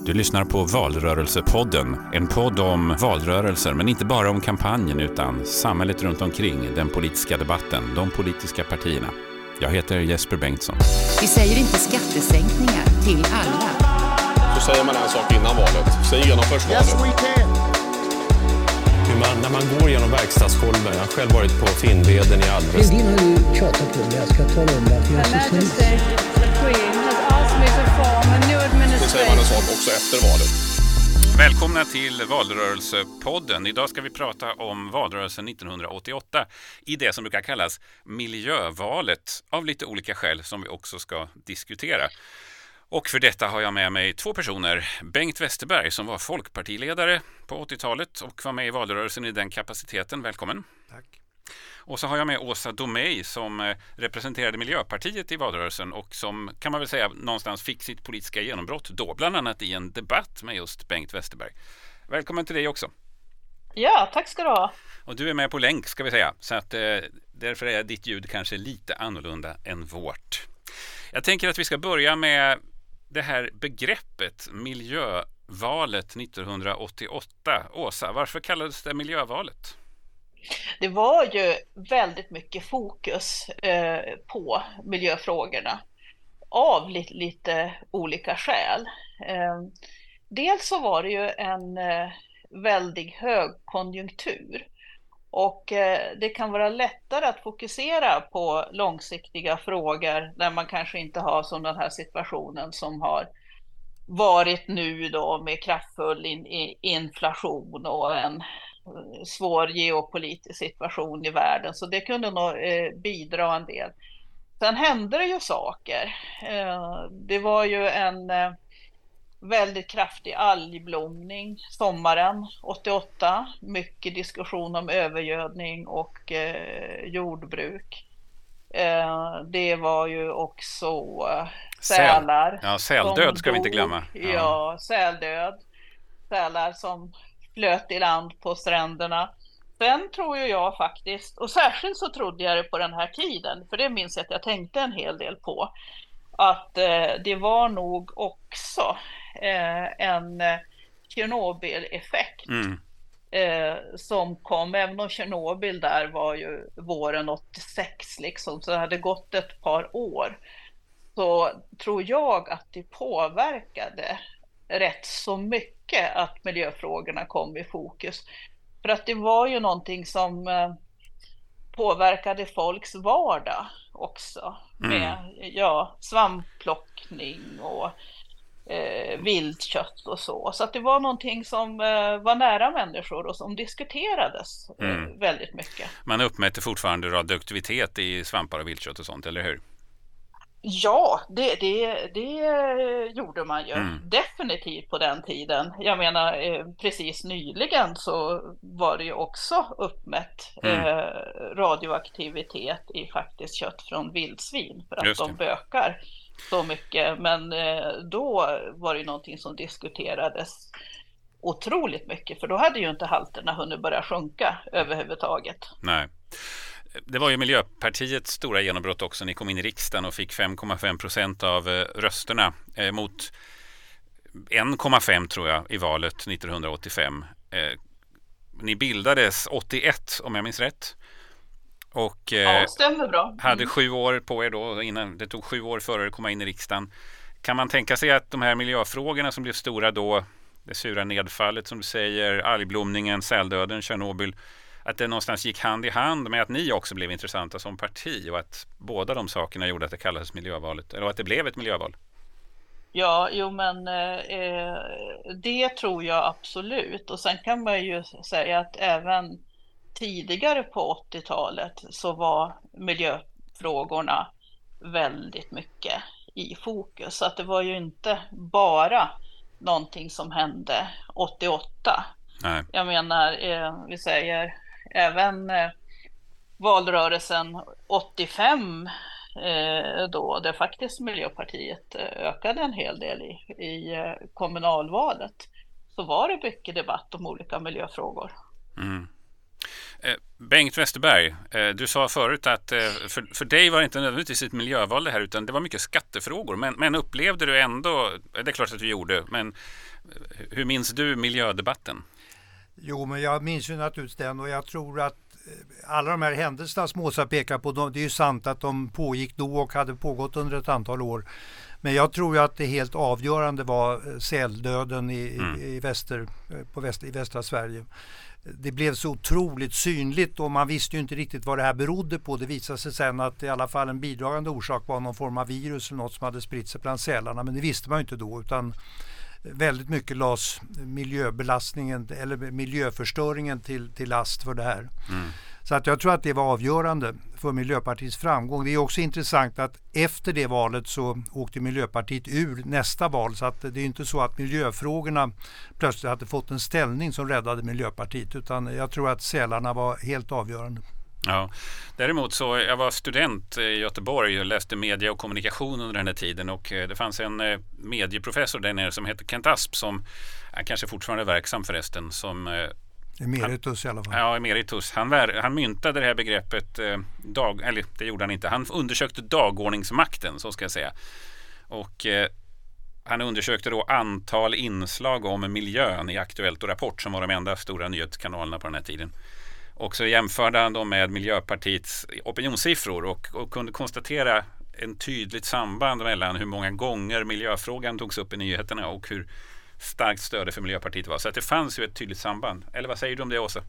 Du lyssnar på Valrörelsepodden, en podd om valrörelser, men inte bara om kampanjen utan samhället runt omkring, den politiska debatten, de politiska partierna. Jag heter Jesper Bengtsson. Vi säger inte skattesänkningar till alla. Så säger man en sak innan valet, sen genomförs valet. Yes, we can. När man går genom verkstadsgolven, jag har själv varit på Finnveden i Alvesta. Lindin har ju tjatat på mig, jag ska tala om att jag är socialist. Så säger man en sak också efter valet. Välkomna till Valrörelsepodden. Idag ska vi prata om valrörelsen 1988 i det som brukar kallas miljövalet av lite olika skäl som vi också ska diskutera. Och för detta har jag med mig två personer. Bengt Westerberg som var folkpartiledare på 80-talet och var med i valrörelsen i den kapaciteten. Välkommen. Tack. Och så har jag med Åsa Domeij som representerade Miljöpartiet i valrörelsen och som kan man väl säga någonstans fick sitt politiska genombrott då, bland annat i en debatt med just Bengt Westerberg. Välkommen till dig också. Ja, tack ska du ha. Och du är med på länk ska vi säga, så att därför är ditt ljud kanske lite annorlunda än vårt. Jag tänker att vi ska börja med det här begreppet miljövalet 1988. Åsa, varför kallades det miljövalet? Det var ju väldigt mycket fokus på miljöfrågorna av lite olika skäl. Dels så var det ju en väldigt högkonjunktur och det kan vara lättare att fokusera på långsiktiga frågor när man kanske inte har som den här situationen som har varit nu då med kraftfull inflation och en svår geopolitisk situation i världen, så det kunde nog bidra en del. Sen hände det ju saker. Det var ju en väldigt kraftig algblomning sommaren 88, mycket diskussion om övergödning och jordbruk. Det var ju också sälar. Ja, säldöd ska vi inte glömma. Ja, säldöd. Sälar som flöt i land på stränderna. Sen tror ju jag faktiskt, och särskilt så trodde jag det på den här tiden, för det minns jag att jag tänkte en hel del på, att det var nog också en Tjernobyl-effekt som kom, även om Tjernobyl där var ju våren 86 liksom, så det hade gått ett par år, så tror jag att det påverkade rätt så mycket att miljöfrågorna kom i fokus. För att det var ju någonting som påverkade folks vardag också. Med svampplockning och viltkött och så. Så att det var någonting som var nära människor och som diskuterades väldigt mycket. Man uppmätte fortfarande radioaktivitet i svampar och viltkött och sånt, eller hur? Ja, det gjorde man ju definitivt på den tiden. Jag menar, precis nyligen så var det ju också uppmätt radioaktivitet i faktiskt kött från vildsvin för att de bökar så mycket. Men då var det någonting som diskuterades otroligt mycket, för då hade ju inte halterna hunnit börja sjunka överhuvudtaget. Nej. Det var ju Miljöpartiets stora genombrott också. Ni kom in i riksdagen och fick 5,5% av rösterna mot 1,5 tror jag i valet 1985. Ni bildades 81 om jag minns rätt. Och ja, stämmer bra. Hade 7 år på er då, innan det tog 7 år före att komma in i riksdagen. Kan man tänka sig att de här miljöfrågorna som blev stora då, det sura nedfallet som du säger, algblomningen, säldöden, Tjernobyl, att det någonstans gick hand i hand med att ni också blev intressanta som parti och att båda de sakerna gjorde att det kallades miljövalet, eller att det blev ett miljöval? Ja, jo men det tror jag absolut. Och sen kan man ju säga att även tidigare på 80-talet så var miljöfrågorna väldigt mycket i fokus. Så att det var ju inte bara någonting som hände 88. Nej. Jag menar, vi säger även valrörelsen 85 då, där faktiskt Miljöpartiet ökade en hel del i kommunalvalet, så var det mycket debatt om olika miljöfrågor. Bengt Westerberg, du sa förut att för dig var det inte nödvändigtvis ett miljöval det här, utan det var mycket skattefrågor. Men upplevde du ändå, det är klart att du gjorde, men hur minns du miljödebatten? Jo, men jag minns ju naturligtvis den, och jag tror att alla de här händelserna som Åsa pekar på, det är ju sant att de pågick då och hade pågått under ett antal år. Men jag tror ju att det helt avgörande var säldöden i västra Sverige. Det blev så otroligt synligt och man visste ju inte riktigt vad det här berodde på. Det visade sig sen att i alla fall en bidragande orsak var någon form av virus eller något som hade spritt sig bland sälarna. Men det visste man ju inte då, utan väldigt mycket lades miljöbelastningen eller miljöförstöringen till last för det här. Så att jag tror att det var avgörande för Miljöpartiets framgång. Det är också intressant att efter det valet så åkte Miljöpartiet ur nästa val. Så att det är inte så att miljöfrågorna plötsligt hade fått en ställning som räddade Miljöpartiet. Utan jag tror att sälarna var helt avgörande. Ja, däremot så jag var student i Göteborg och läste media och kommunikation under den här tiden, och det fanns en medieprofessor där nere som heter Kent Asp, som är kanske fortfarande verksam förresten, som emeritus i alla fall. Ja, emeritus. Han myntade det här begreppet eller det gjorde han inte. Han undersökte dagordningsmakten, så ska jag säga. Och han undersökte då antal inslag om miljön i Aktuellt och Rapport, som var de enda stora nyhetskanalerna på den här tiden. Och så jämförde han dem med Miljöpartiets opinionssiffror och kunde konstatera en tydligt samband mellan hur många gånger miljöfrågan togs upp i nyheterna och hur starkt stöd för Miljöpartiet var. Så att det fanns ju ett tydligt samband. Eller vad säger du om det, Åsa?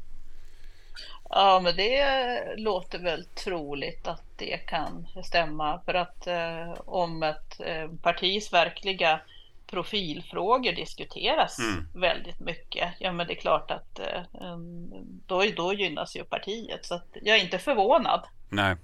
Ja, men det låter väl troligt att det kan stämma. För att om ett partis verkliga profilfrågor diskuteras väldigt mycket, ja men det är klart att då gynnas ju partiet. Så att jag är inte förvånad. Nej.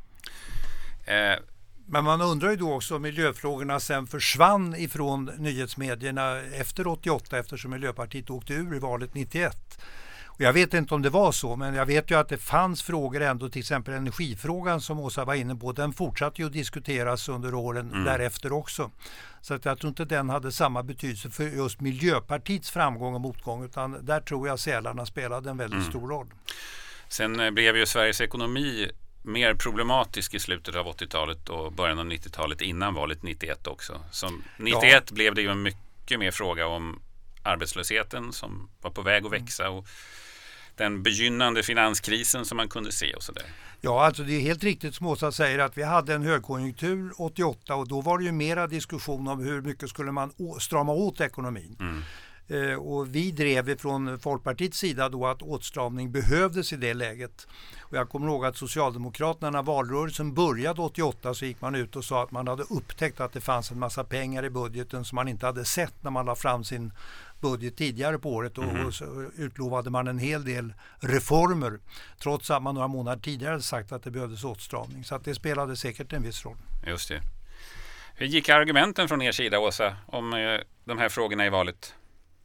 Men man undrar ju då också om miljöfrågorna sen försvann ifrån nyhetsmedierna efter 88, eftersom Miljöpartiet åkte ur i valet 91. Och jag vet inte om det var så, men jag vet ju att det fanns frågor ändå, till exempel energifrågan som Åsa var inne på, den fortsatte ju att diskuteras under åren därefter också. Så att jag tror inte den hade samma betydelse för just Miljöpartiets framgång och motgång, utan där tror jag sälarna spelade en väldigt stor roll. Sen blev ju Sveriges ekonomi mer problematisk i slutet av 80-talet och början av 90-talet innan valet 91 också. Som 91 blev det ju mycket mer fråga om arbetslösheten som var på väg att växa och den begynnande finanskrisen som man kunde se och sådär. Ja, alltså det är helt riktigt som Åsa säger att vi hade en högkonjunktur 88 och då var det ju mera diskussion om hur mycket skulle man strama åt ekonomin. Och vi drev från Folkpartiets sida då att åtstramning behövdes i det läget. Och jag kommer ihåg att Socialdemokraterna, när valrörelsen började 88, så gick man ut och sa att man hade upptäckt att det fanns en massa pengar i budgeten som man inte hade sett när man la fram sin budget tidigare på året, och så utlovade man en hel del reformer trots att man några månader tidigare hade sagt att det behövdes åtstramning. Så att det spelade säkert en viss roll. Just det. Hur gick argumenten från er sida, Åsa, om de här frågorna i valet?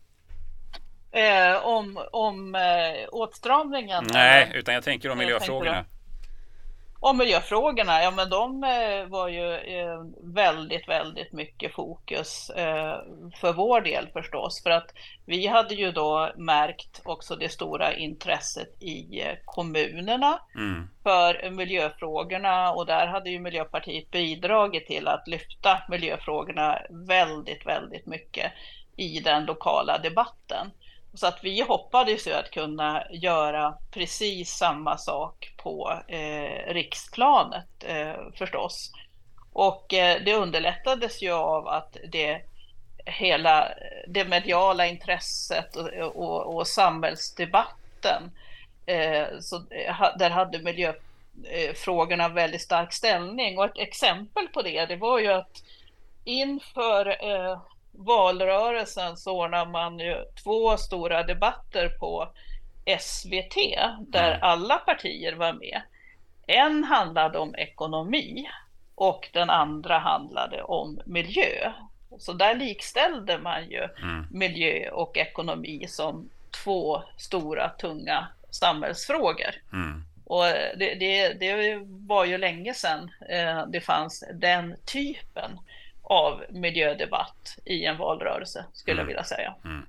Om åtstramningen? Nej, utan jag tänker om miljöfrågorna. Om miljöfrågorna, ja men de var ju väldigt, väldigt mycket fokus för vår del förstås. För att vi hade ju då märkt också det stora intresset i kommunerna för miljöfrågorna. Och där hade ju Miljöpartiet bidragit till att lyfta miljöfrågorna väldigt, väldigt mycket i den lokala debatten. Så att vi hoppades ju att kunna göra precis samma sak på riksplanet förstås. Och det underlättades ju av att hela det mediala intresset och samhällsdebatten, så där hade miljöfrågorna väldigt stark ställning. Och ett exempel på det var ju att inför valrörelsen så ordnar man ju 2 stora debatter på SVT där alla partier var med. En handlade om ekonomi och den andra handlade om miljö. Så där likställde man ju miljö och ekonomi som 2 stora, tunga samhällsfrågor. Och det var ju länge sedan det fanns den typen av miljödebatt i en valrörelse, skulle jag vilja säga.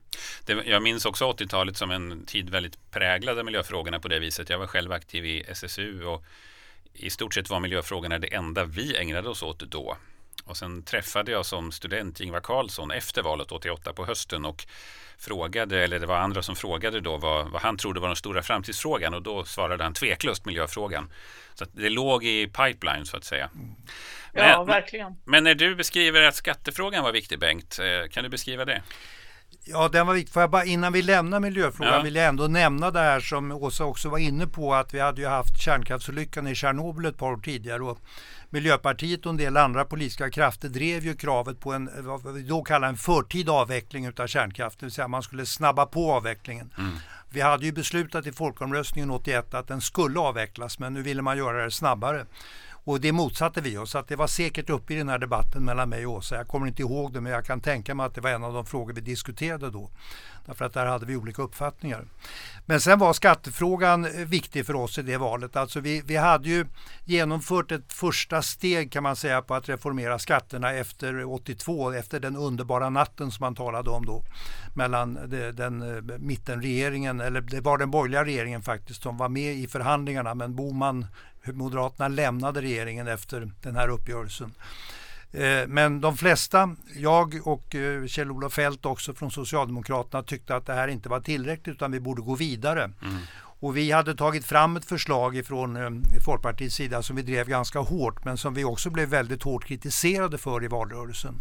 Jag minns också 80-talet som en tid väldigt präglad av miljöfrågorna på det viset. Jag var själv aktiv i SSU och i stort sett var miljöfrågorna det enda vi ägnade oss åt då. Och sen träffade jag som student Ingvar Carlsson efter valet 88 på hösten och frågade, eller det var andra som frågade då vad han trodde var den stora framtidsfrågan, och då svarade han tveklöst miljöfrågan. Så att det låg i pipeline så att säga. Ja, verkligen. Men när du beskriver att skattefrågan var viktig, Bengt, kan du beskriva det? Ja, den var viktig. Får jag bara, innan vi lämnar miljöfrågan vill jag ändå nämna det här som Åsa också var inne på, att vi hade ju haft kärnkraftsolyckan i Tjernobyl ett par år tidigare, och Miljöpartiet och en del andra politiska krafter drev ju kravet på vad vi då kallar en förtida avveckling utav kärnkraft, det vill säga man skulle snabba på avvecklingen. Vi hade ju beslutat i folkomröstningen 81 att den skulle avvecklas, men nu ville man göra det snabbare. Och det motsatte vi oss, att det var säkert uppe i den här debatten mellan mig och Åsa. Jag kommer inte ihåg det, men jag kan tänka mig att det var en av de frågor vi diskuterade då. Därför att där hade vi olika uppfattningar. Men sen var skattefrågan viktig för oss i det valet. Alltså vi hade ju genomfört ett första steg kan man säga på att reformera skatterna efter 82, efter den underbara natten som man talade om då. Mellan den mittenregeringen, eller det var den borgerliga regeringen faktiskt som var med i förhandlingarna, men Bohman, Moderaterna lämnade regeringen efter den här uppgörelsen. Men de flesta, jag och Kjell-Olof Feldt också från Socialdemokraterna, tyckte att det här inte var tillräckligt utan vi borde gå vidare. Och vi hade tagit fram ett förslag från Folkpartiets sida som vi drev ganska hårt, men som vi också blev väldigt hårt kritiserade för i valrörelsen.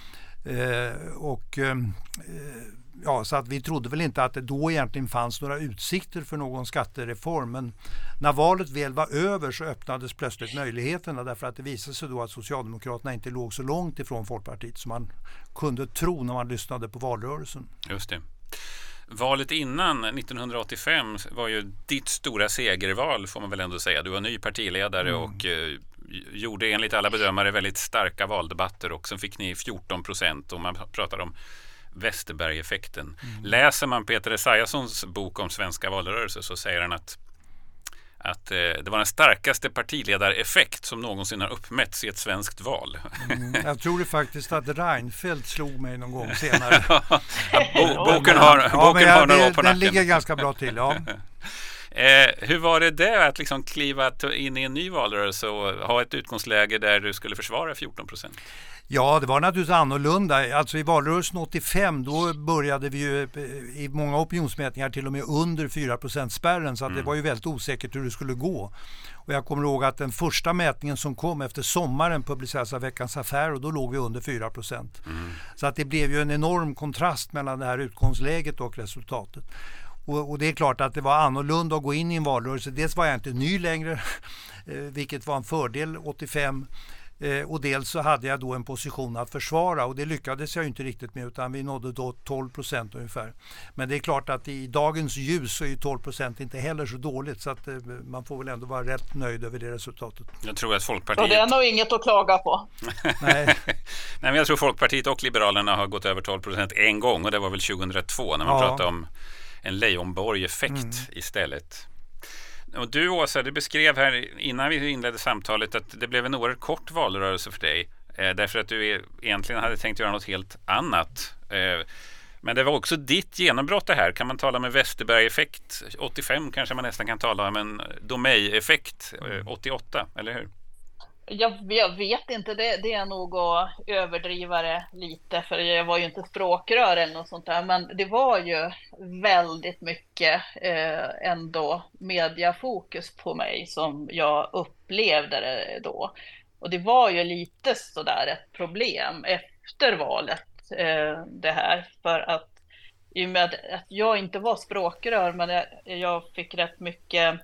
Så att vi trodde väl inte att det då egentligen fanns några utsikter för någon skattereform, men när valet väl var över så öppnades plötsligt möjligheterna, därför att det visade sig då att Socialdemokraterna inte låg så långt ifrån Folkpartiet som man kunde tro när man lyssnade på valrörelsen. Just det. Valet innan 1985 var ju ditt stora segerval, får man väl ändå säga. Du var ny partiledare och gjorde enligt alla bedömare väldigt starka valdebatter, och sen fick ni 14% och man pratar om Westerberg-effekten. Läser man Peter Esaiassons bok om svenska valrörelser så säger han att det var den starkaste partiledareffekt som någonsin har uppmätts i ett svenskt val. Jag tror det faktiskt att Reinfeldt slog mig någon gång senare. Boken har några år på nacken. Den ligger ganska bra till, ja. Hur var det att liksom kliva in i en ny valrörelse och ha ett utgångsläge där du skulle försvara 14%? Ja, det var naturligtvis annorlunda. Alltså i valrörelsen 85 då började vi ju i många opinionsmätningar till och med under 4%-spärren, så att det var ju väldigt osäkert hur det skulle gå. Och jag kommer ihåg att den första mätningen som kom efter sommaren publicerades av Veckans Affärer, och då låg vi under 4%. Så att det blev ju en enorm kontrast mellan det här utgångsläget och resultatet. Och det är klart att det var annorlunda att gå in i en valrörelse. Dels var jag inte ny längre, vilket var en fördel 85. Och dels så hade jag då en position att försvara, och det lyckades jag ju inte riktigt med, utan vi nådde då 12% ungefär. Men det är klart att i dagens ljus så är ju 12% inte heller så dåligt, så att man får väl ändå vara rätt nöjd över det resultatet. Jag tror att Folkpartiet... Och det är nog inget att klaga på. Nej. Nej, men jag tror Folkpartiet och Liberalerna har gått över 12% en gång, och det var väl 2002 när man pratade om en Leijonborg-effekt istället. Och du, Åsa, du beskrev här innan vi inledde samtalet att det blev en oerhört kort valrörelse för dig, därför att du egentligen hade tänkt göra något helt annat. Men det var också ditt genombrott det här. Kan man tala om en Westerberg-effekt 85, kanske man nästan kan tala om en Domey-effekt 88, eller hur? Jag vet inte, det är nog att överdriva det lite, för jag var ju inte språkrör eller något sånt där, men det var ju väldigt mycket ändå mediafokus på mig som jag upplevde det då. Och det var ju lite sådär ett problem efter valet det här, för att i och med att jag inte var språkrör, men jag fick rätt mycket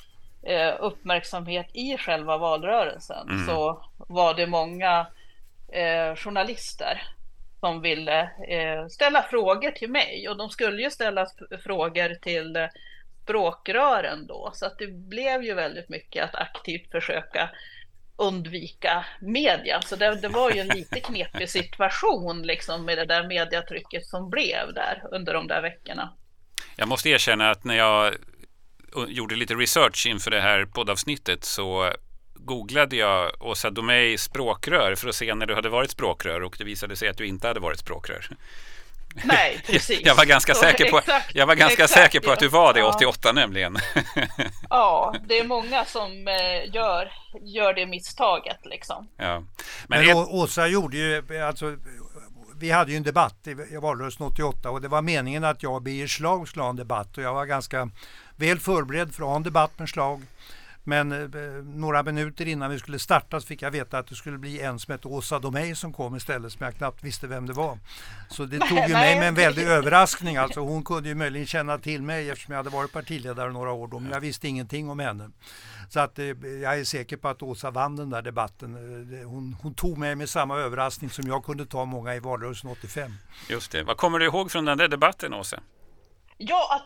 uppmärksamhet i själva valrörelsen, så var det många journalister som ville ställa frågor till mig, och de skulle ju ställa frågor till språkrören då, så att det blev ju väldigt mycket att aktivt försöka undvika media, så det var ju en lite knepig situation liksom, med det där mediatrycket som blev där under de där veckorna. Jag måste erkänna att när jag gjorde lite research inför det här poddavsnittet så googlade jag Åsa Domey språkrör för att se när du hade varit språkrör, och det visade sig att du inte hade varit språkrör. Nej, precis. Jag var ganska säker på att du var det 88 nämligen. Ja, det är många som gör det misstaget liksom. Ja. Men Åsa gjorde ju, alltså, vi hade ju en debatt i valrörelsen 88 och det var meningen att jag och Birger Schlaug skulle ha en debatt och jag var ganska väl förberedd för att ha en debatt med Schlaug. Men några minuter innan vi skulle starta så fick jag veta att det skulle bli en som hette Åsa Domeij som kom istället, som jag knappt visste vem det var. Så det tog ju mig med en väldig överraskning. Alltså, hon kunde ju möjligen känna till mig eftersom jag hade varit partiledare några år då, men jag visste ingenting om henne. Så att jag är säker på att Åsa vann den där debatten. Hon tog mig med samma överraskning som jag kunde ta många i valrörelsen 85. Just det. Vad kommer du ihåg från den där debatten, Åsa? Ja,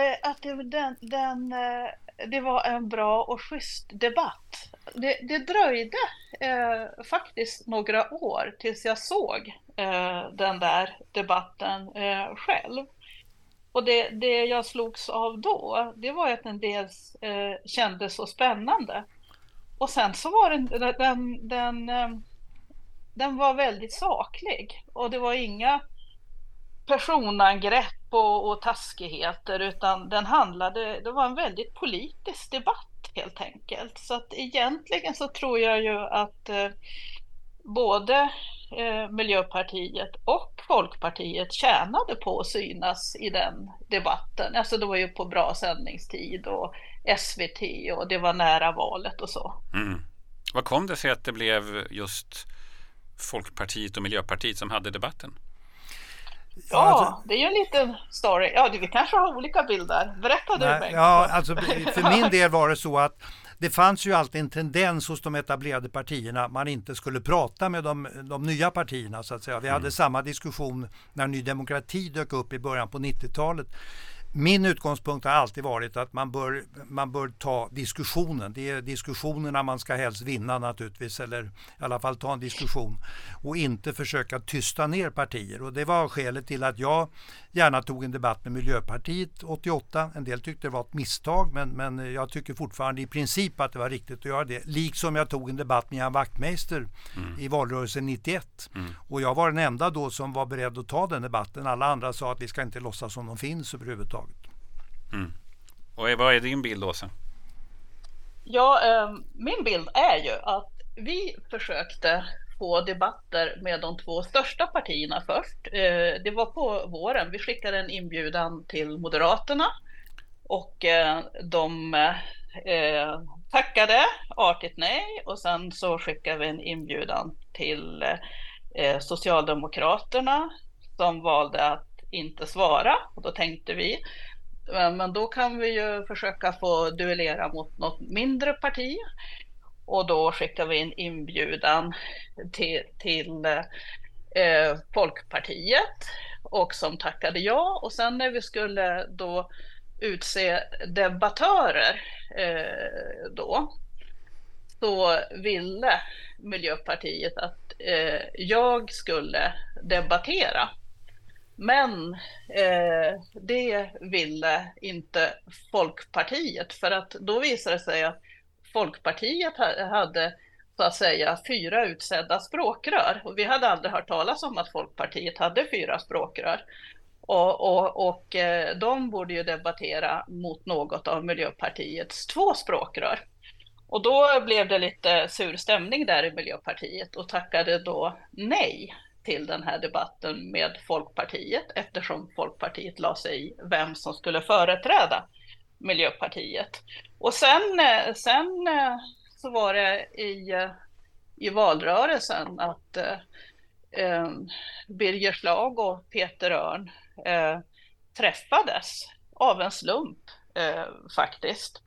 det var en bra och schysst debatt. Det dröjde faktiskt några år tills jag såg den där debatten själv. Och det jag slogs av då, det var att den dels kändes så spännande. Och sen så var den var väldigt saklig. Och det var inga personangrepp och taskigheter, utan det var en väldigt politisk debatt helt enkelt. Så att egentligen så tror jag ju att både Miljöpartiet och Folkpartiet tjänade på att synas i den debatten. Alltså det var ju på bra sändningstid och SVT och det var nära valet och så. Mm. Vad kom det sig att det blev just Folkpartiet och Miljöpartiet som hade debatten? Ja, alltså, det är ju en liten story. Ja, vi kanske har olika bilder. Berätta du, Bengt. Ja, alltså för min del var det så att det fanns ju alltid en tendens hos de etablerade partierna att man inte skulle prata med de nya partierna så att säga. Vi hade samma diskussion när Ny Demokrati dök upp i början på 90-talet. Min utgångspunkt har alltid varit att man bör ta diskussionen. Det är diskussionerna man ska helst vinna naturligtvis, eller i alla fall ta en diskussion och inte försöka tysta ner partier. Och det var skälet till att jag gärna tog en debatt med Miljöpartiet 88. En del tyckte det var ett misstag, men jag tycker fortfarande i princip att det var riktigt att göra det. Liksom jag tog en debatt med Jan Wachtmeister i valrörelsen 91. Och jag var den enda då som var beredd att ta den debatten. Alla andra sa att vi ska inte låtsas som de finns överhuvudtaget. Mm. Och vad är din bild, Åsa? Ja, min bild är ju att vi försökte få debatter med de två största partierna först. Det var på våren. Vi skickade en inbjudan till Moderaterna och de tackade artigt nej, och sen så skickade vi en inbjudan till Socialdemokraterna som valde att inte svara, och då tänkte vi men då kan vi ju försöka få duellera mot något mindre parti, och då skickade vi en inbjudan till Folkpartiet och som tackade ja, och sen när vi skulle då utse debattörer då så ville Miljöpartiet att jag skulle debattera. Men det ville inte Folkpartiet, för att då visade det sig att Folkpartiet hade så att säga 4 utsedda språkrör. Och vi hade aldrig hört talas om att Folkpartiet hade 4 språkrör. Och de borde ju debattera mot något av Miljöpartiets 2 språkrör. Och då blev det lite sur stämning där i Miljöpartiet och tackade då nej till den här debatten med Folkpartiet, eftersom Folkpartiet la sig i vem som skulle företräda Miljöpartiet. Och sen så var det i valrörelsen att Birger Schlaug och Peter Örn träffades av en slump faktiskt.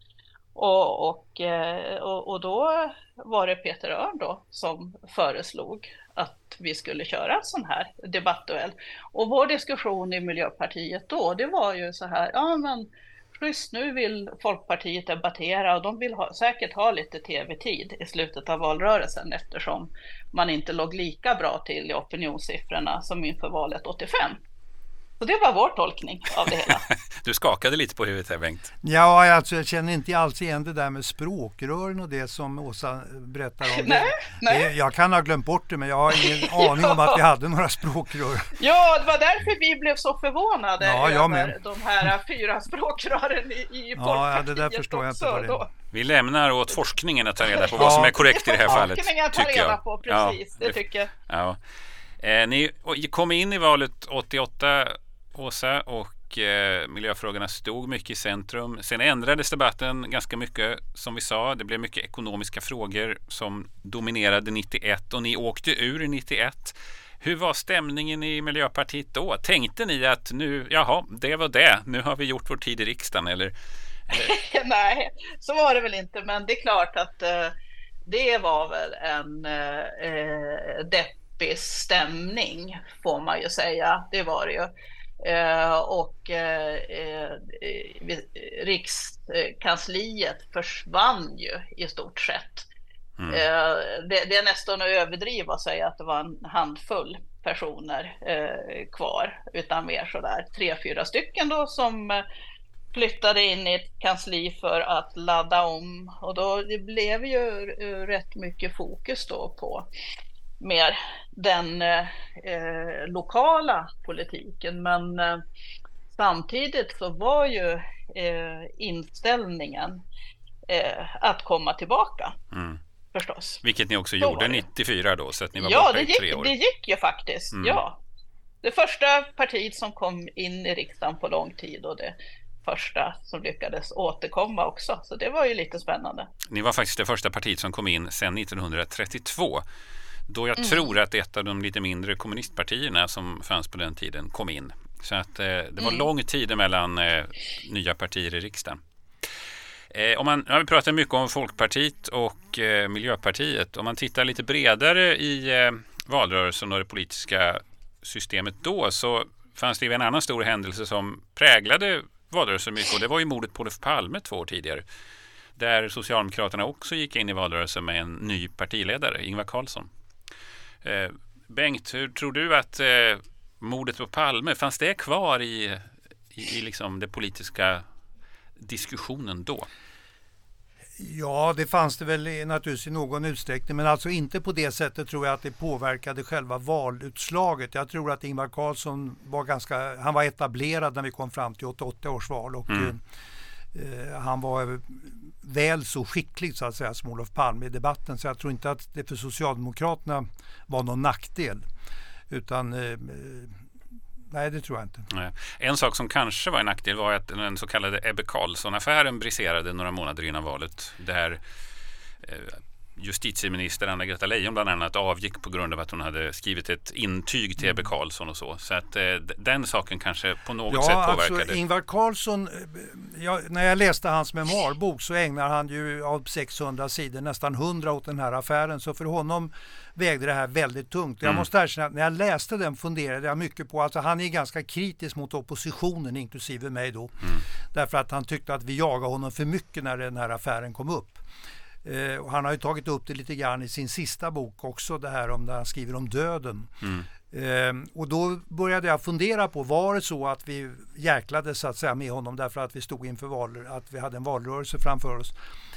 Och då var det Peter Örn då som föreslog att vi skulle köra en sån här debattduell. Och vår diskussion i Miljöpartiet då, det var ju så här, ja men just nu vill Folkpartiet debattera och de vill säkert ha lite tv-tid i slutet av valrörelsen, eftersom man inte låg lika bra till i opinionssiffrorna som inför valet 85. Så det var vår tolkning av det hela. Du skakade lite på huvudet här, Bengt. Ja, alltså jag känner inte alls igen det där med språkrören och det som Åsa berättar om. Nej. Jag kan ha glömt bort det, men jag har ingen aning om att vi hade några språkrör. Ja, det var därför vi blev så förvånade över de här 4 språkrören i Folkpartiet. Ja, det där förstår jag inte vad det är. Vi lämnar åt forskningen att ta reda på vad som är korrekt i det här fallet. Forskningen att ta reda på, precis. Ja, det tycker jag. Ja. Ni kom in i valet 88, Åsa, och miljöfrågorna stod mycket i centrum. Sen ändrades debatten ganska mycket, som vi sa. Det blev mycket ekonomiska frågor som dominerade 91 och ni åkte ur 91. Hur var stämningen i Miljöpartiet då? Tänkte ni att nu, det var det. Nu har vi gjort vår tid i riksdagen, eller? Nej, så var det väl inte. Men det är klart att det var väl en deppig stämning, får man ju säga. Det var det ju. Rikskansliet försvann ju i stort sett. Det är nästan att överdriva att säga att det var en handfull personer kvar, utan mer sådär 3-4 stycken då som flyttade in i ett kansli för att ladda om, och då det blev ju rätt mycket fokus då på mer den lokala politiken, men samtidigt så var ju inställningen att komma tillbaka. Förstås. Vilket ni också gjorde 94 då, så att ni var borta i 3 år. Det gick ju faktiskt, ja. Det första partiet som kom in i riksdagen på lång tid, och det första som lyckades återkomma också. Så det var ju lite spännande. Ni var faktiskt det första partiet som kom in sedan 1932. Då jag tror att ett av de lite mindre kommunistpartierna som fanns på den tiden kom in. Så att det var lång tid mellan nya partier i riksdagen. Nu har vi pratat mycket om Folkpartiet och Miljöpartiet. Om man tittar lite bredare i valrörelsen och det politiska systemet då, så fanns det ju en annan stor händelse som präglade valrörelsen mycket, och det var ju mordet på Olof Palme 2 år tidigare. Där Socialdemokraterna också gick in i valrörelsen med en ny partiledare, Ingvar Carlsson. Bengt, hur tror du att mordet på Palme, fanns det kvar i liksom det politiska diskussionen då? Ja, det fanns det väl naturligtvis i någon utsträckning, men alltså inte på det sättet tror jag att det påverkade själva valutslaget. Jag tror att Ingvar Carlsson var etablerad när vi kom fram till 88 års val, och han var väl så skicklig så att säga som Olof Palme i debatten, så jag tror inte att det för Socialdemokraterna var någon nackdel, utan nej, det tror jag inte. Nej. En sak som kanske var en nackdel var att den så kallade Ebbe Carlsson-affären briserade några månader innan valet. Där justitieminister Anna-Greta Leijon bland annat avgick på grund av att hon hade skrivit ett intyg till Ebbe Carlsson och så. Så att den saken kanske på något sätt påverkade. Alltså, Ingvar Carlsson, när jag läste hans memoarbok så ägnar han ju av 600 sidor nästan 100 åt den här affären. Så för honom vägde det här väldigt tungt. Jag måste erkänna att när jag läste den funderade jag mycket på, alltså han är ganska kritisk mot oppositionen, inklusive mig då. Därför att han tyckte att vi jagade honom för mycket när den här affären kom upp. Och han har ju tagit upp det lite grann i sin sista bok också, det här om där han skriver om döden. Och då började jag fundera på, var det så att vi jäklade så att säga med honom därför att vi stod inför att vi hade en valrörelse framför oss.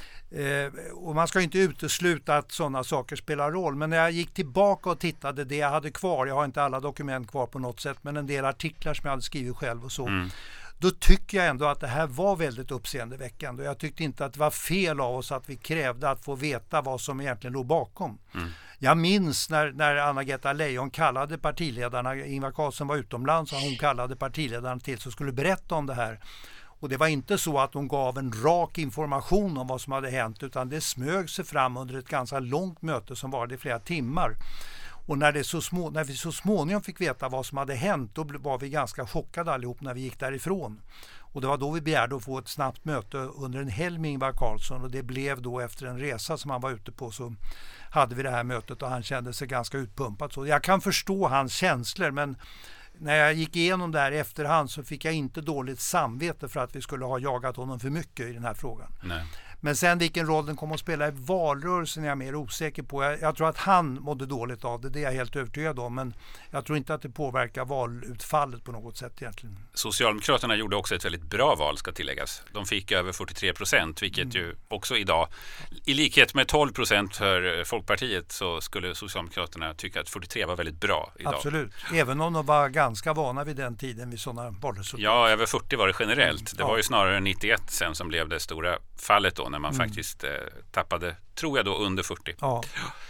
Och man ska inte utesluta att sådana saker spelar roll, men när jag gick tillbaka och tittade det jag hade kvar, jag har inte alla dokument kvar på något sätt, men en del artiklar som jag hade skrivit själv och så, då tycker jag ändå att det här var väldigt uppseendeväckande, och jag tyckte inte att det var fel av oss att vi krävde att få veta vad som egentligen låg bakom. Jag minns när Anna-Greta Leijon kallade partiledarna, Ingvar Carlsson var utomlands och hon kallade partiledarna till så skulle berätta om det här. Och det var inte så att hon gav en rak information om vad som hade hänt, utan det smög sig fram under ett ganska långt möte som varade i flera timmar. Och när vi så småningom fick veta vad som hade hänt, då var vi ganska chockade allihop när vi gick därifrån. Och det var då vi begärde att få ett snabbt möte under en helg med Ingvar Carlsson, och det blev då efter en resa som han var ute på, så hade vi det här mötet och han kände sig ganska utpumpad. Så jag kan förstå hans känslor, men när jag gick igenom det här i efterhand så fick jag inte dåligt samvete för att vi skulle ha jagat honom för mycket i den här frågan. Nej. Men sen vilken roll den kommer att spela i valrörelsen är jag mer osäker på. Jag tror att han mådde dåligt av det, det är jag helt övertygad om. Men jag tror inte att det påverkar valutfallet på något sätt egentligen. Socialdemokraterna gjorde också ett väldigt bra val, ska tilläggas. De fick över 43%, vilket ju också idag, i likhet med 12% för Folkpartiet, så skulle Socialdemokraterna tycka att 43 var väldigt bra idag. Absolut, även om de var ganska vana vid den tiden vid sådana valresultat. Ja, över 40 var det generellt. Det var ju snarare 91 sen som blev det stora fallet då, när man faktiskt tappade, tror jag då, under 40. Ja.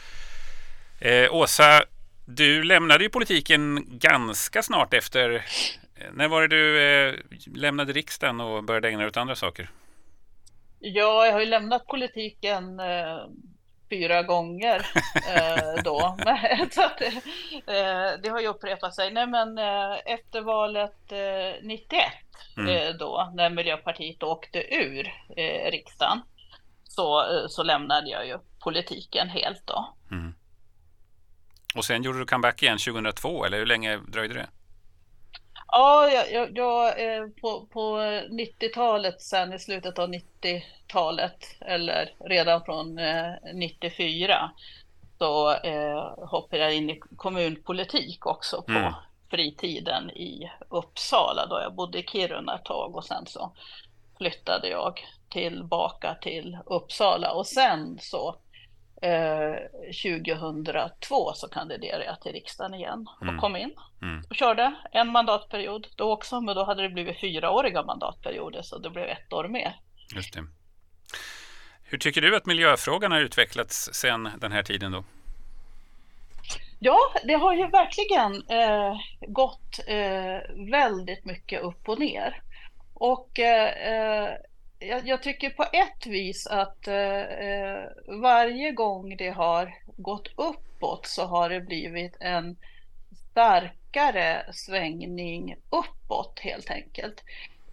Åsa, du lämnade ju politiken ganska snart efter. När var det du lämnade riksdagen och började ägna dig åt andra saker? Ja, jag har ju lämnat politiken 4 gånger då. Så att, det har ju upprepat sig. Nej, men efter valet 91 då, när Miljöpartiet åkte ur riksdagen, så lämnade jag ju politiken helt då. Mm. Och sen gjorde du comeback igen 2002, eller hur länge dröjde det? Ja, på 90-talet, sen i slutet av 90-talet, eller redan från 94, så hoppade jag in i kommunpolitik också på fritiden i Uppsala, då jag bodde i Kiruna ett tag, och sen så flyttade jag tillbaka till Uppsala, och sen så 2002 så kandiderade jag till riksdagen igen och kom in och körde en mandatperiod då också, men då hade det blivit 4-åriga mandatperioder, så det blev 1 år mer. Just det. Hur tycker du att miljöfrågan har utvecklats sen den här tiden då? Ja, det har ju verkligen gått väldigt mycket upp och ner. Och jag tycker på ett vis att varje gång det har gått uppåt så har det blivit en starkare svängning uppåt helt enkelt.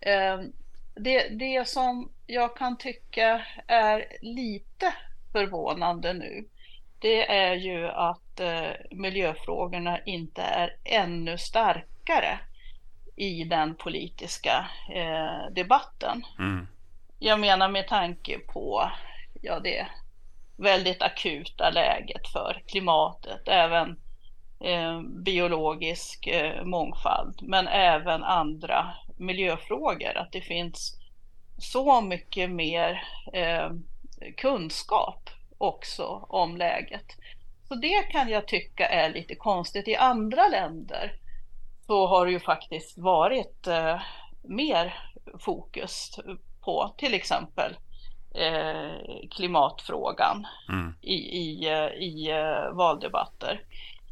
Det som jag kan tycka är lite förvånande nu, det är ju att miljöfrågorna inte är ännu starkare i den politiska debatten. Jag menar med tanke på det väldigt akuta läget för klimatet, även biologisk mångfald, men även andra miljöfrågor, att det finns så mycket mer kunskap också om läget. Så det kan jag tycka är lite konstigt. I andra länder så har det ju faktiskt varit mer fokus på till exempel klimatfrågan i valdebatter.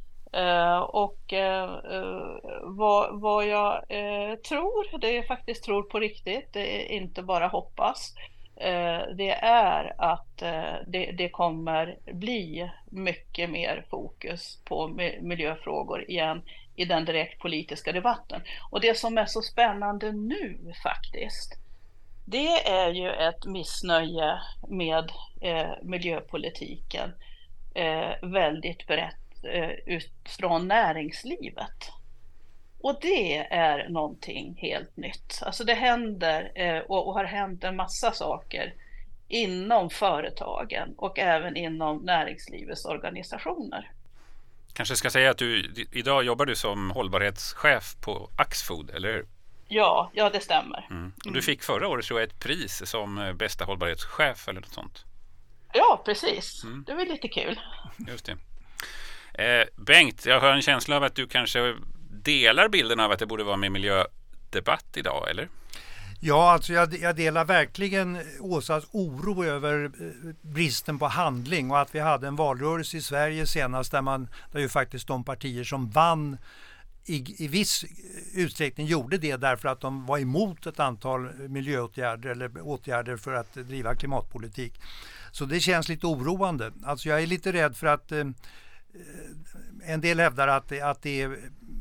Vad jag tror, det jag faktiskt tror på riktigt, det är inte bara hoppas, det är att det kommer bli mycket mer fokus på miljöfrågor igen i den direkt politiska debatten. Och det som är så spännande nu faktiskt, det är ju ett missnöje med miljöpolitiken väldigt brett utifrån näringslivet. Och det är någonting helt nytt. Alltså det händer och har hänt en massa saker inom företagen och även inom näringslivets organisationer. Kanske ska säga att idag jobbar du som hållbarhetschef på Axfood, eller hur? Ja, det stämmer. Du fick förra året, tror jag, ett pris som bästa hållbarhetschef eller något sånt. Ja, precis. Det var lite kul. Just det. Bengt, jag har en känsla av att du kanske delar bilden av att det borde vara med miljödebatt idag, eller? Ja, alltså jag delar verkligen Åsas oro över bristen på handling, och att vi hade en valrörelse i Sverige senast där ju faktiskt de partier som vann i viss utsträckning gjorde det därför att de var emot ett antal miljöåtgärder eller åtgärder för att driva klimatpolitik. Så det känns lite oroande. Alltså jag är lite rädd för att en del hävdar att det är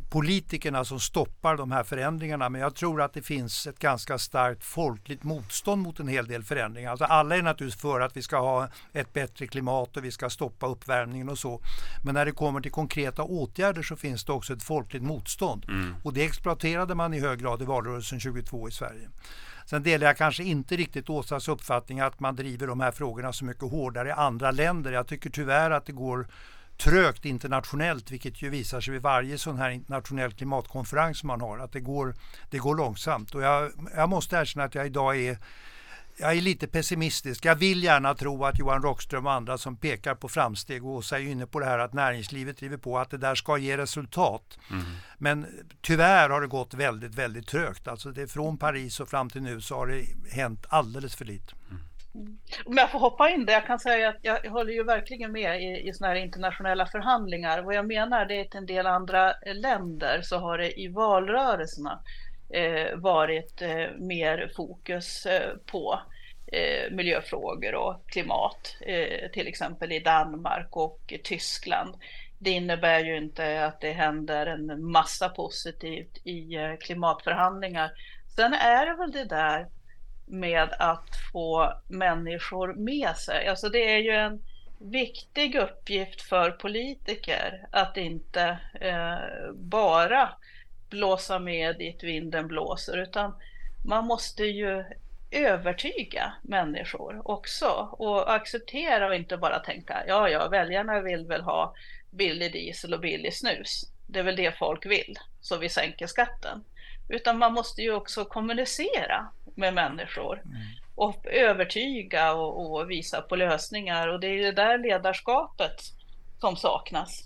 politikerna som stoppar de här förändringarna, men jag tror att det finns ett ganska starkt folkligt motstånd mot en hel del förändringar. Alltså alla är naturligtvis för att vi ska ha ett bättre klimat och vi ska stoppa uppvärmningen och så. Men när det kommer till konkreta åtgärder så finns det också ett folkligt motstånd. Och det exploaterade man i hög grad i valrörelsen 22 i Sverige. Sen delar jag kanske inte riktigt Åsas uppfattning att man driver de här frågorna så mycket hårdare i andra länder. Jag tycker tyvärr att det går trögt internationellt, vilket ju visar sig vid varje sån här internationell klimatkonferens som man har, att det går långsamt. Och jag måste erkänna att jag idag är lite pessimistisk. Jag vill gärna tro att Johan Rockström och andra som pekar på framsteg, och Åsa är ju inne på det här att näringslivet driver på, att det där ska ge resultat. Men tyvärr har det gått väldigt, väldigt trögt. Alltså det från Paris och fram till nu så har det hänt alldeles för lite. Om jag får hoppa in där, jag kan säga att jag håller ju verkligen med i såna här internationella förhandlingar. Vad jag menar det är att en del andra länder så har det i valrörelserna varit mer fokus på miljöfrågor och klimat, till exempel i Danmark och Tyskland. Det innebär ju inte att det händer en massa positivt i klimatförhandlingar. Sen är det väl det där med att få människor med sig. Alltså det är ju en viktig uppgift för politiker att inte bara blåsa med dit vinden blåser, utan man måste ju övertyga människor också och acceptera och inte bara tänka ja, väljarna vill väl ha billig diesel och billig snus. Det är väl det folk vill, så vi sänker skatten. Utan man måste ju också kommunicera med människor och övertyga och visa på lösningar. Och det är ju det där ledarskapet som saknas.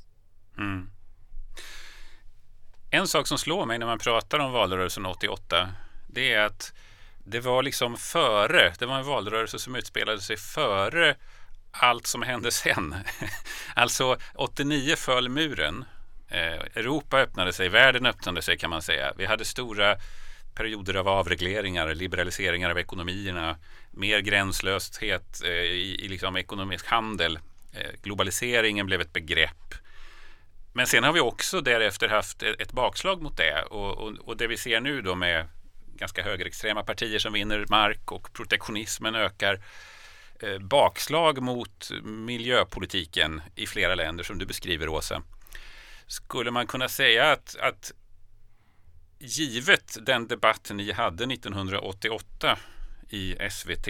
En sak som slår mig när man pratar om valrörelsen 88, det är att det var liksom det var en valrörelse som utspelade sig före allt som hände sen. Alltså 89 föll muren. Europa öppnade sig, världen öppnade sig kan man säga. Vi hade stora perioder av avregleringar, liberaliseringar av ekonomierna, mer gränslöshet i liksom ekonomisk handel. Globaliseringen blev ett begrepp. Men sen har vi också därefter haft ett bakslag mot det. Och det vi ser nu då med ganska högerextrema partier som vinner mark och protektionismen ökar. Bakslag mot miljöpolitiken i flera länder som du beskriver, Åsa. Skulle man kunna säga att givet den debatt ni hade 1988 i SVT,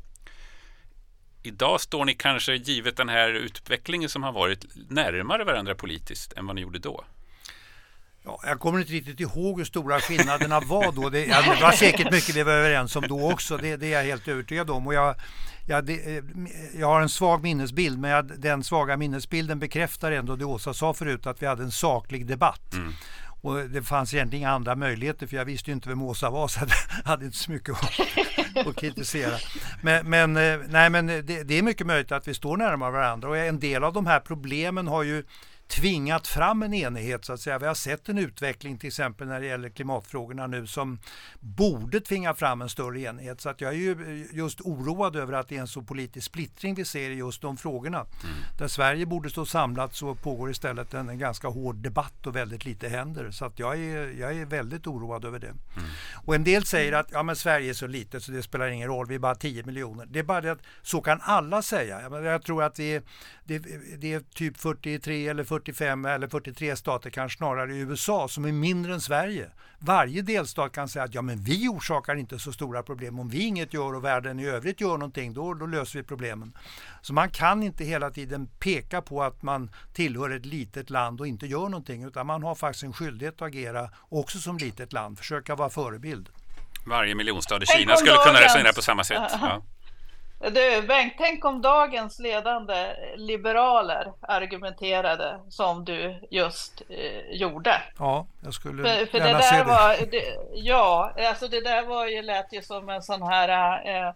idag står ni kanske, givet den här utvecklingen som har varit, närmare varandra politiskt än vad ni gjorde då? Ja, jag kommer inte riktigt ihåg hur stora skillnaderna var då. Det var säkert mycket vi var överens om då också. Det är jag helt övertygad om. Och jag har en svag minnesbild, men den svaga minnesbilden bekräftar ändå det Åsa sa förut, att vi hade en saklig debatt. Och det fanns egentligen inga andra möjligheter, för jag visste ju inte vem Åsa var, så jag hade inte så mycket att kritisera. Men det är mycket möjligt att vi står närmare varandra, och en del av de här problemen har ju tvingat fram en enighet, så att säga. Vi har sett en utveckling till exempel när det gäller klimatfrågorna nu som borde tvinga fram en större enighet. Så att jag är ju just oroad över att det är en så politisk splittring vi ser i just de frågorna. Där Sverige borde stå samlat så pågår istället en ganska hård debatt och väldigt lite händer. Så att jag är väldigt oroad över det. Och en del säger att men Sverige är så litet så det spelar ingen roll, vi är bara 10 miljoner. Det är bara det att så kan alla säga. Jag tror att det är typ 43 eller 45 eller 43 stater, kanske snarare i USA, som är mindre än Sverige. Varje delstat kan säga att men vi orsakar inte så stora problem. Om vi inget gör och världen i övrigt gör någonting, då löser vi problemen. Så man kan inte hela tiden peka på att man tillhör ett litet land och inte gör någonting, utan man har faktiskt en skyldighet att agera också som litet land, försöka vara förebild. Varje miljonstad i Kina skulle kunna resonera på samma sätt. Ja. Du, Bengt, tänk om dagens ledande liberaler argumenterade som du just gjorde. Ja, jag skulle för gärna det se där det. Alltså det där var ju, lät ju som en sån här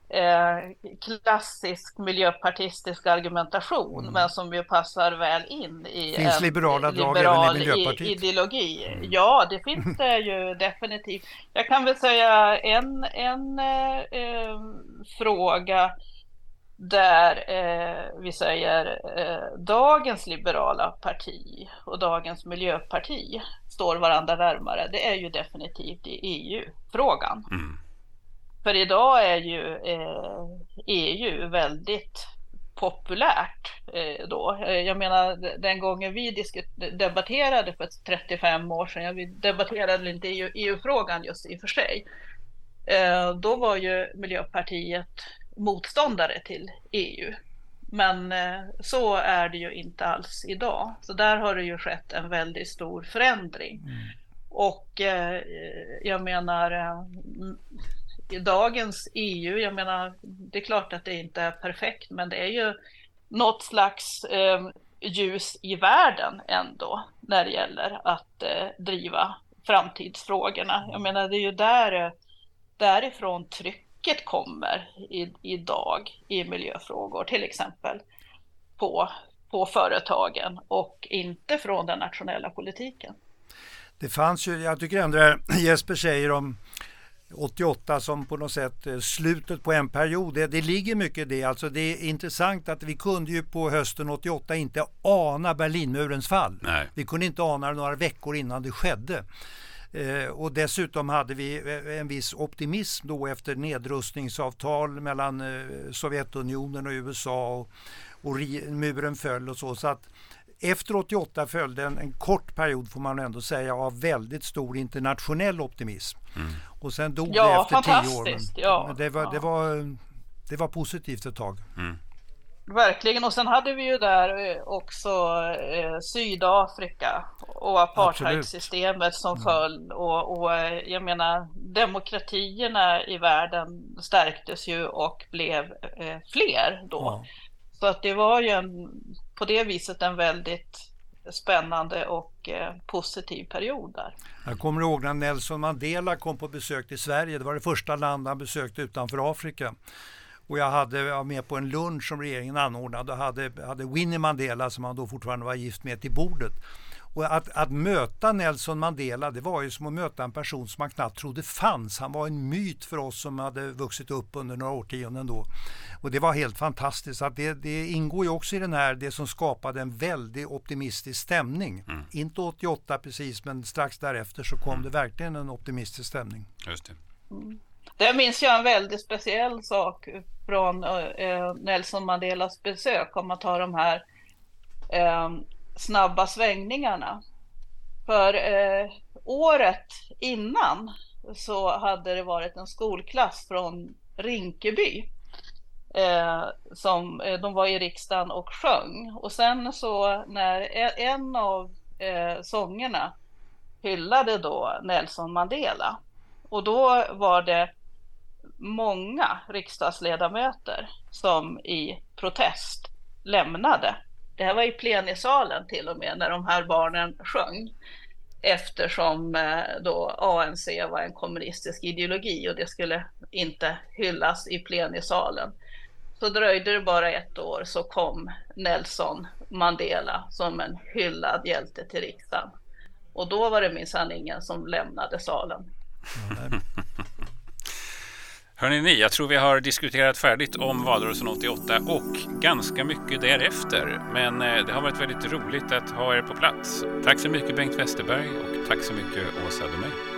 klassisk miljöpartistisk argumentation, men som ju passar väl in i finns en liberala drag liberal även i Miljöpartiet. Ideologi. Ja, det finns det ju definitivt. Jag kan väl säga en fråga där vi säger dagens liberala parti och dagens miljöparti står varandra närmare, det är ju definitivt i EU-frågan. För idag är ju EU väldigt populärt då. Jag menar, den gången vi debatterade för 35 år sedan, vi debatterade inte EU-frågan just i och för sig, då var ju Miljöpartiet motståndare till EU. Men så är det ju inte alls idag. Så där har det ju skett en väldigt stor förändring. Och jag menar, i dagens EU, jag menar, det är klart att det inte är perfekt, men det är ju något slags ljus i världen ändå när det gäller att driva framtidsfrågorna. Jag menar, det är ju därifrån trycket kommer idag i miljöfrågor, till exempel på företagen, och inte från den nationella politiken. Det fanns ju, jag tycker ändå Jesper säger om 88 som på något sätt slutet på en period, det ligger mycket i det. Alltså det är intressant att vi kunde ju på hösten 88 inte ana Berlinmurens fall. Nej. Vi kunde inte ana det några veckor innan det skedde. Och dessutom hade vi en viss optimism då efter nedrustningsavtal mellan Sovjetunionen och USA och muren föll och så. Så att efter 88 följde en kort period, får man ändå säga, av väldigt stor internationell optimism. Och sen dog det efter 10 år. Men det var positivt ett tag. Verkligen, och sen hade vi ju där också Sydafrika och apartheidsystemet som föll, och jag menar, demokratierna i världen stärktes ju och blev fler då. Så att det var ju på det viset en väldigt spännande och positiv period där. Jag kommer ihåg när Nelson Mandela kom på besök till Sverige. Det var det första land han besökte utanför Afrika. Och jag var med på en lunch som regeringen anordnade och hade Winnie Mandela, som han då fortfarande var gift med, till bordet. Och att möta Nelson Mandela, det var ju som att möta en person som man knappt trodde fanns. Han var en myt för oss som hade vuxit upp under några årtionden då. Och det var helt fantastiskt. Att det ingår ju också i det som skapade en väldigt optimistisk stämning. Inte 88 precis, men strax därefter så kom det verkligen en optimistisk stämning. Just det. Det minns jag en väldigt speciell sak från Nelson Mandelas besök, om man tar de här snabba svängningarna. För året innan så hade det varit en skolklass från Rinkeby som de var i riksdagen och sjöng. Och sen så när en av sångerna hyllade då Nelson Mandela, och då var det många riksdagsledamöter som i protest lämnade. Det här var i plenisalen till och med när de här barnen sjöng, eftersom då ANC var en kommunistisk ideologi och det skulle inte hyllas i plenisalen. Så dröjde det bara ett år, så kom Nelson Mandela som en hyllad hjälte till riksdagen. Och då var det minsann ingen som lämnade salen. Hörrni, jag tror vi har diskuterat färdigt om valrörelsen 88 och ganska mycket därefter. Men det har varit väldigt roligt att ha er på plats. Tack så mycket Bengt Westerberg och tack så mycket Åsa Domeij.